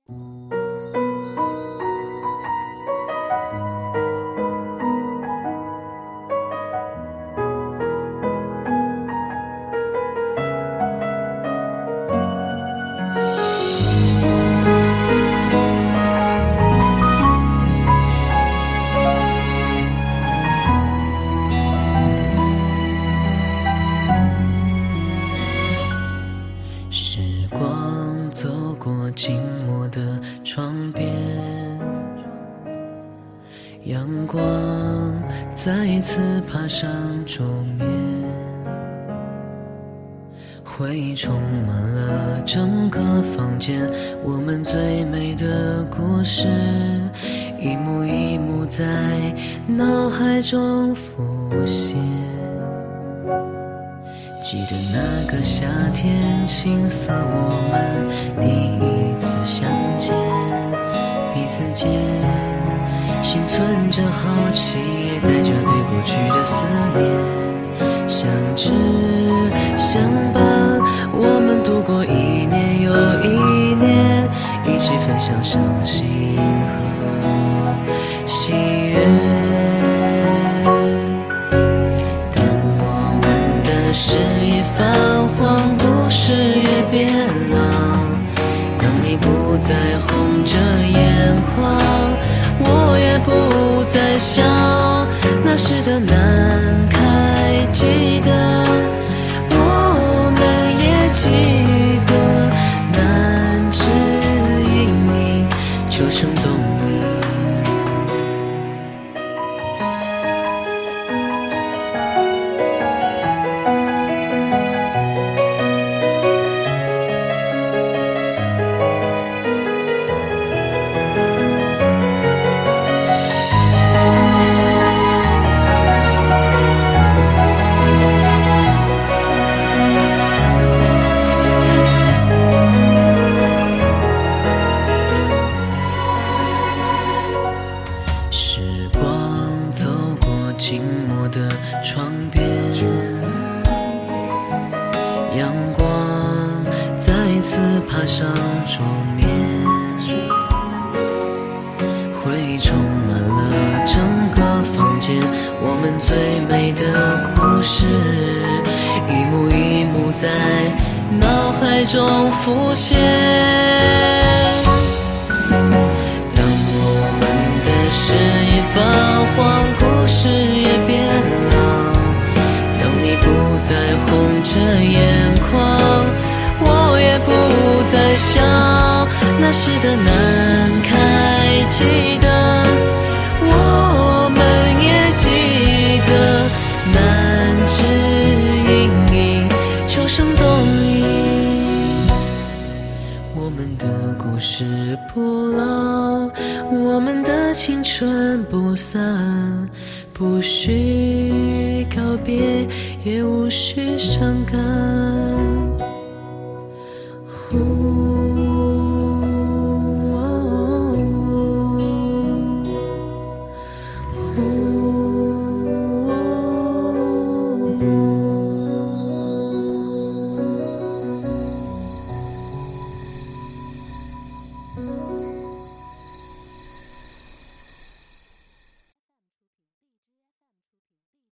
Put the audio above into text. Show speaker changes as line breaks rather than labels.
时光走过静默的窗边，阳光再一次爬上桌面，回忆充满了整个房间，我们最美的故事一幕一幕在脑海中浮现。记得那个夏天，青涩我们第一次相见，彼此间心存着好奇，也带着对过去的思念，相知相伴，我们度过一年又一年，一起分享伤心和喜悦。是一泛黄，故事也变老。当你不再红着眼眶，我也不再笑。那时的南开，记得，我们也记得。南枝隐隐，秋声动你。静默的窗边，阳光再一次爬上桌面，回忆充满了整个房间，我们最美的故事一幕一幕在脑海中浮现。当我们的诗已泛黄，故事也变老，当你不再红着眼眶，我也不再笑。那时的南开，记得，我们也记得。南枝隐隐，秋声动你。我们的故事不老，我们的青春不散，不需告别，也无需伤感。